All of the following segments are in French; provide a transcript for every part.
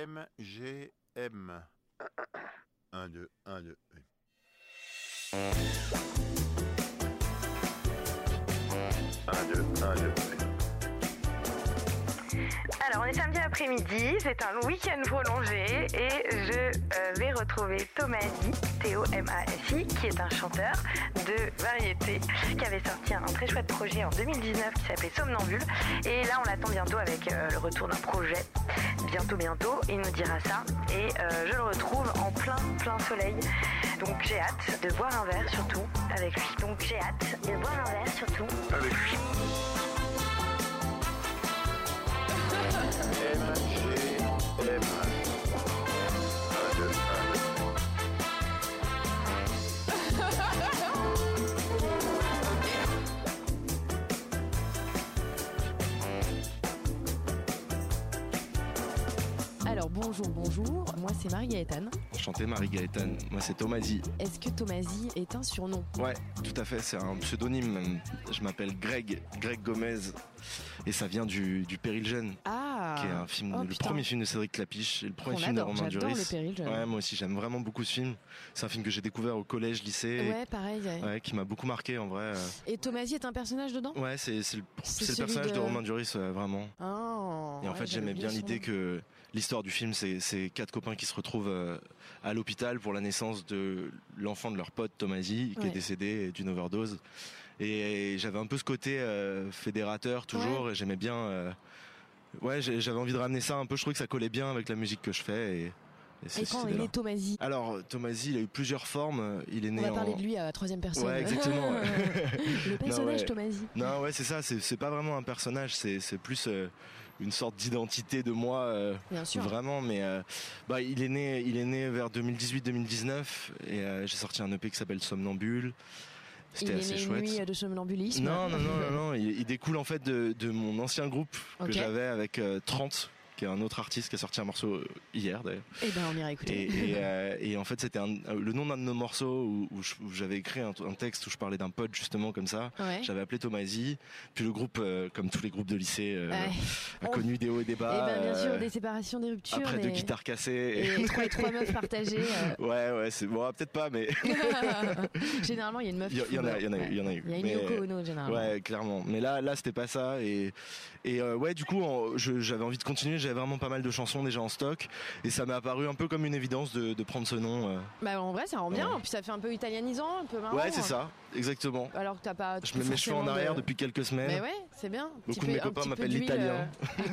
MGM. 1, 2, 1, 2. Alors, on est samedi après-midi, c'est un week-end prolongé et je vais retrouver Thomasi, T-O-M-A-S-I, qui est un chanteur de variété, qui avait sorti un très chouette projet en 2019 qui s'appelait Somnambule. Et là, on l'attend bientôt avec le retour d'un projet. Bientôt, il nous dira ça. Et je le retrouve en plein soleil. Donc j'ai hâte de boire un verre surtout avec lui. Avec lui. MGM. 1, 2, 1, 2. Alors bonjour, moi c'est Marie-Gaëtane. Enchanté Marie-Gaëtane, moi c'est Thomasi. Est-ce que Thomasi est un surnom ? Ouais, tout à fait, c'est un pseudonyme même. Je m'appelle Greg Gomez et ça vient du Péril Jeune. Ah, qui est un film, le premier film de Cédric Clapiche et le premier film de Romain Duris. J'adore le Péril Jeune. Ouais, moi aussi j'aime vraiment beaucoup ce film. C'est un film que j'ai découvert au collège, lycée. Ouais, pareil. Ouais, qui m'a beaucoup marqué en vrai. Et Thomasi est un personnage dedans ? Ouais, c'est le personnage de Romain Duris, vraiment. Oh, et en fait j'aimais bien l'idée que l'histoire du film c'est 4 copains qui se retrouvent à l'hôpital pour la naissance de l'enfant de leur pote Thomasi qui est décédé d'une overdose. Et j'avais un peu ce côté fédérateur toujours et j'aimais bien j'avais envie de ramener ça un peu, je trouvais que ça collait bien avec la musique que je fais et quand est né Thomasi ? Alors Thomasi, il a eu plusieurs formes. Il est né. On va parler de lui à la troisième personne. Ouais, exactement. Le personnage Thomasi. Non, ouais, c'est ça. C'est pas vraiment un personnage. C'est plus une sorte d'identité de moi. Bien sûr. Vraiment, mais il est né vers 2018-2019 et j'ai sorti un EP qui s'appelle Somnambule. C'était assez chouette. Une nuit de somnambulisme. Non. Il découle en fait de mon ancien groupe que j'avais avec 30. Qui est un autre artiste qui a sorti un morceau hier d'ailleurs. Eh ben on ira écouter. Et en fait c'était le nom d'un de nos morceaux où j'avais écrit un texte où je parlais d'un pote justement comme ça. Ouais. J'avais appelé Thomasi. Puis le groupe, comme tous les groupes de lycée, a connu des hauts et des bas. Et bien sûr des séparations, des ruptures. Après 2 guitares cassées. Et 3 meufs partagées. Ouais c'est bon, peut-être pas mais. Généralement il y a une meuf. Il y en a eu. Il y a une Yoko Ono généralement. Ouais clairement. Mais là c'était pas ça et du coup j'avais envie de continuer. J'avais vraiment pas mal de chansons déjà en stock et ça m'est apparu un peu comme une évidence de prendre ce nom. Bah en vrai ça rend bien, puis ça fait un peu italianisant, un peu marrant. Ouais c'est ça, exactement. Alors que t'as pas. Je mets mes cheveux en arrière depuis quelques semaines. Mais ouais, c'est bien. Beaucoup de mes copains m'appellent l'italien.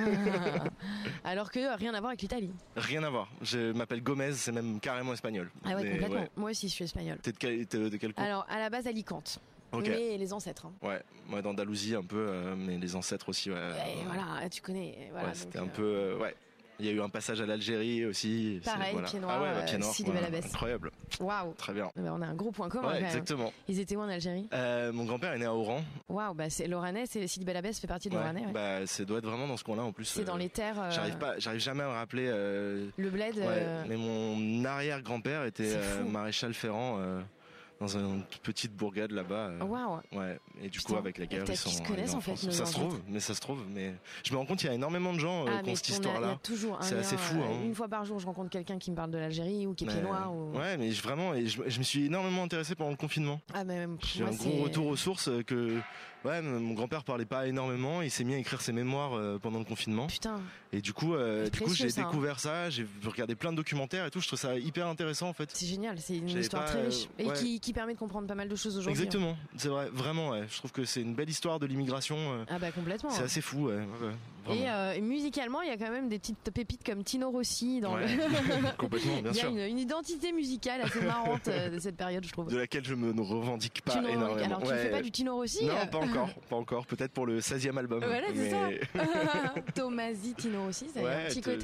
Alors que rien à voir avec l'Italie. Rien à voir. Je m'appelle Gomez, c'est même carrément espagnol. Ah ouais, complètement. Ouais. Moi aussi je suis espagnol. T'es de quel coin ? Alors à la base Alicante. Okay. Mais les ancêtres. Hein. Ouais, moi d'Andalousie un peu, mais les ancêtres aussi. Ouais. Et voilà, tu connais. Voilà, ouais, c'était un peu. Il y a eu un passage à l'Algérie aussi. Pareil, pied noir. Ah ouais, pied noir. Sidi Belabès. Incroyable. Waouh. Très bien. On a un gros point commun. Ouais, exactement. Ils étaient où en Algérie ? Mon grand-père est né à Oran. Waouh, bah c'est Loranais, Sidi Belabès fait partie de Loranais. Ouais. Bah ça doit être vraiment dans ce coin-là en plus. C'est dans les terres. J'arrive jamais à me rappeler. Le bled. Mais mon arrière-grand-père était maréchal ferrant. Dans une petite bourgade là-bas. Waouh. Ouais. Et du coup, avec la guerre, ils sont. Qui se connaissent en fait. Ça se trouve, mais je me rends compte qu'il y a énormément de gens qui ont cette histoire-là. C'est assez fou. Une fois par jour, je rencontre quelqu'un qui me parle de l'Algérie ou qui est pied noir. Ouais, mais vraiment, et je me suis énormément intéressé pendant le confinement. Ah, mais j'ai un gros retour aux sources que. Ouais, mon grand-père parlait pas énormément. Il s'est mis à écrire ses mémoires pendant le confinement. Putain. Et du coup, j'ai découvert ça. J'ai regardé plein de documentaires et tout. Je trouve ça hyper intéressant en fait. C'est génial. C'est une histoire très riche et qui permet de comprendre pas mal de choses aujourd'hui. Exactement. C'est vrai. Vraiment. Ouais. Je trouve que c'est une belle histoire de l'immigration. Ah bah complètement. C'est assez fou. Ouais. Et musicalement, il y a quand même des petites pépites comme Tino Rossi dans complètement. Bien sûr. Il y a une identité musicale assez marrante de cette période, je trouve. De laquelle je me revendique pas énormément. Alors tu fais pas du Tino Rossi ? Non, pas encore. Peut-être pour le 16e album. Voilà, c'est ça. Thomasi, Tino Rossi, ça a un petit côté.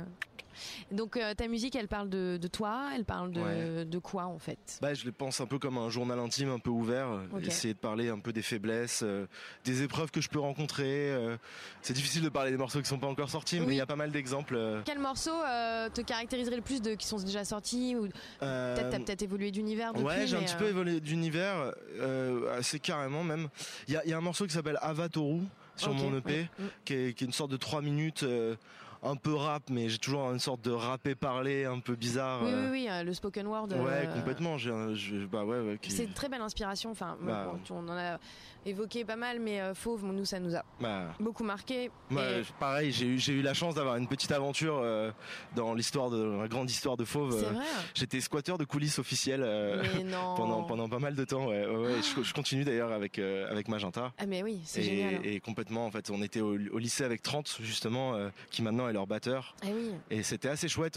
Donc ta musique, elle parle de toi, elle parle de quoi en fait ? Bah, je le pense un peu comme un journal intime un peu ouvert, essayer de parler un peu des faiblesses, des épreuves que je peux rencontrer. C'est difficile de parler des morceaux qui sont pas encore sortis, mais il y a pas mal d'exemples. Quel morceau te caractériserait le plus de qui sont déjà sortis ou t'as peut-être évolué d'univers depuis. Ouais, j'ai un petit peu évolué d'univers, assez carrément même. Il y a un morceau qui s'appelle Avatoru sur mon EP, qui est une sorte de 3 minutes. un peu rap, mais j'ai toujours une sorte de rappé parlé un peu bizarre. Oui, le spoken word. Ouais, complètement. C'est une très belle inspiration. Enfin, on en a évoqué pas mal, mais Fauve, nous, ça nous a beaucoup marqué. Pareil, j'ai eu la chance d'avoir une petite aventure dans la grande histoire de Fauve. C'est vrai. J'étais squatteur de coulisses officielles pendant pas mal de temps. Ouais. Je continue d'ailleurs avec Magenta. Ah mais oui, c'est génial. Et complètement, en fait, on était au lycée avec 30 justement, qui maintenant est leur batteur. Ah oui. Et c'était assez chouette.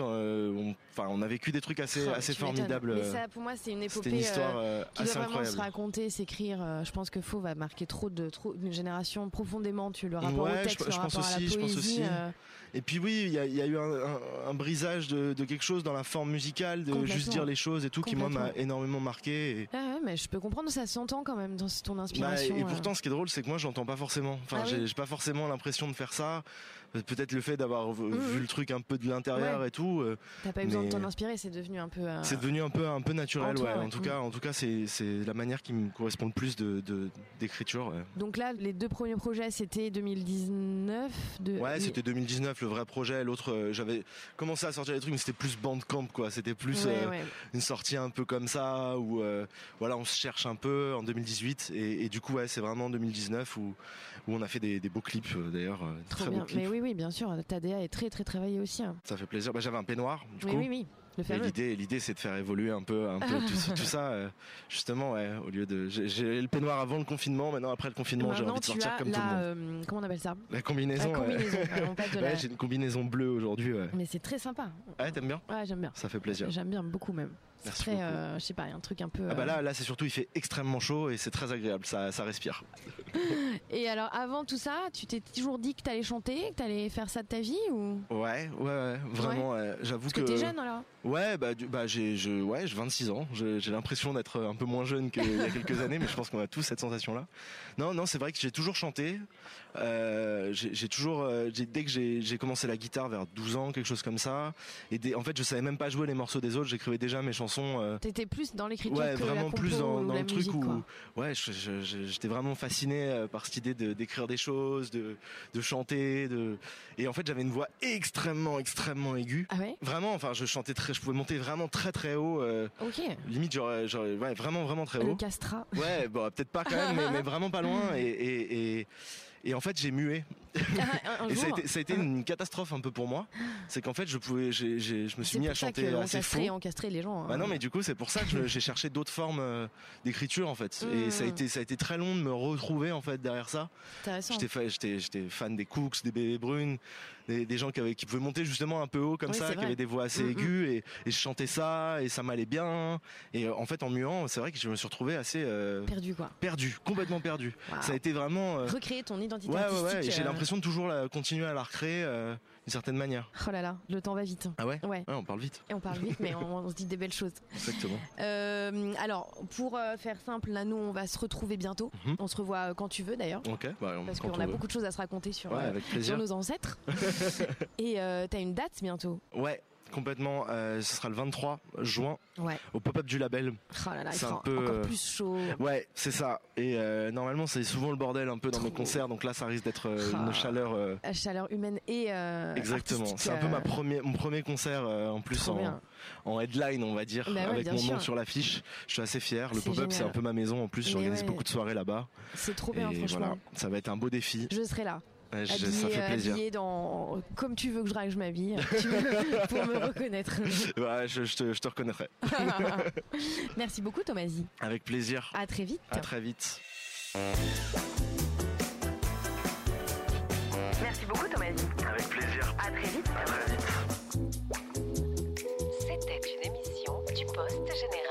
On a vécu des trucs assez formidables. Mais ça, pour moi, c'est une épopée une histoire qui assez doit vraiment incroyable. se raconter, s'écrire. Je pense que Fauve va marquer une génération profondément. Le rapport au texte, le rapport à la poésie. Je pense aussi. Et puis oui, il y a eu un brisage de quelque chose dans la forme musicale, de juste dire les choses et tout, qui moi m'a énormément marqué. Ah ouais, mais je peux comprendre, ça s'entend quand même dans ton inspiration. Et pourtant, ce qui est drôle, c'est que moi, je l'entends pas forcément. Enfin, j'ai pas forcément l'impression de faire ça. Peut-être le fait d'avoir vu le truc un peu de l'intérieur et tout. T'as pas eu besoin de t'en inspirer, c'est devenu un peu. C'est devenu un peu naturel, En tout cas, c'est la manière qui me correspond le plus d'écriture. Ouais. Donc là, les 2 premiers projets, c'était 2019. C'était 2019 le vrai projet. L'autre, j'avais commencé à sortir des trucs, mais c'était plus Bandcamp, quoi. C'était plus une sortie un peu comme ça, où on se cherche un peu en 2018. Et du coup, c'est vraiment en 2019 où on a fait des beaux clips, d'ailleurs. Très beaux clips. Mais oui, bien sûr. Ta DA est très, très travaillée aussi. Ça fait plaisir. J'avais un peignoir, du coup. Oui. L'idée, c'est de faire évoluer un peu tout ça, justement, au lieu de. J'ai le peignoir avant le confinement, maintenant après le confinement, j'ai envie de sortir comme tout le monde. Comment on appelle ça ? La combinaison. J'ai une combinaison bleue aujourd'hui. Mais c'est très sympa. Ouais, t'aimes bien ? Ouais, j'aime bien. Ça fait plaisir. J'aime bien beaucoup même. Merci très, je sais pas, il y a un truc un peu. Là, c'est surtout, il fait extrêmement chaud et c'est très agréable, ça respire. Et alors, avant tout ça, tu t'es toujours dit que t'allais chanter, que t'allais faire ça de ta vie ou ? Ouais, vraiment. J'avoue que t'es jeune alors. Ouais, j'ai 26 ans. J'ai l'impression d'être un peu moins jeune qu'il y a quelques années, mais je pense qu'on a tous cette sensation-là. Non, c'est vrai que j'ai toujours chanté. J'ai toujours, dès que j'ai commencé la guitare vers 12 ans, quelque chose comme ça. Et en fait, je savais même pas jouer les morceaux des autres. J'écrivais déjà mes chansons. T'étais plus dans l'écriture que vraiment la compo plus dans ou le la truc musique, où, quoi. j'étais vraiment fasciné par cette idée d'écrire des choses, de chanter, et en fait, j'avais une voix extrêmement aiguë. Ah ouais ? Vraiment, enfin, je pouvais monter vraiment très très haut. Ok. Limite, j'aurais vraiment très haut. Le castrat. Ouais, bon, peut-être pas quand même, mais vraiment pas loin. Et en fait, j'ai mué. Et ça a été une catastrophe un peu pour moi. C'est qu'en fait, je me suis mis à chanter assez faux. Encastrer les gens. Non, mais du coup, c'est pour ça que j'ai cherché d'autres formes d'écriture, en fait. Et ça a été très long de me retrouver, en fait, derrière ça. Intéressant. J'étais fan des Cooks, des Bébés Brunes, des gens qui pouvaient monter justement un peu haut comme ça, qui avaient des voix assez aiguës, et je chantais ça, et ça m'allait bien. Et en fait, en muant, c'est vrai que je me suis retrouvé assez perdu, quoi. Complètement perdu. Wow. Ça a été vraiment recréer ton identité artistique. Ouais. Et j'ai l'impression de toujours continuer à la recréer d'une certaine manière. Oh là là, le temps va vite. Ah ouais ? Ouais, on parle vite. Et on parle vite, mais on se dit des belles choses. Exactement. Alors, pour faire simple, là, nous, on va se retrouver bientôt. On se revoit quand tu veux, d'ailleurs. Ok. Parce qu'on a beaucoup de choses à se raconter sur nos ancêtres. Et t'as une date bientôt ? Ouais. Complètement, ce sera le 23 juin au pop-up du label. Oh là là, il sera encore plus chaud. Ouais, c'est ça. Et normalement, c'est souvent le bordel un peu dans mes concerts, donc là, ça risque d'être une chaleur. Chaleur humaine et exactement. C'est un peu mon premier concert en plus en headline, on va dire, avec mon nom sur l'affiche. Je suis assez fier. Le pop-up, c'est un peu ma maison en plus. J'organise beaucoup de soirées là-bas. C'est trop bien, franchement. Voilà, ça va être un beau défi. Je serai là. Ça fait plaisir. Habillée comme tu veux que je m'habille pour me reconnaître. Ouais, je te reconnaîtrai. Merci beaucoup, Thomasy. Avec plaisir. À très vite. À très vite. Merci beaucoup, Thomasy. Avec plaisir. À très vite. À très vite. C'était une émission du Poste Général.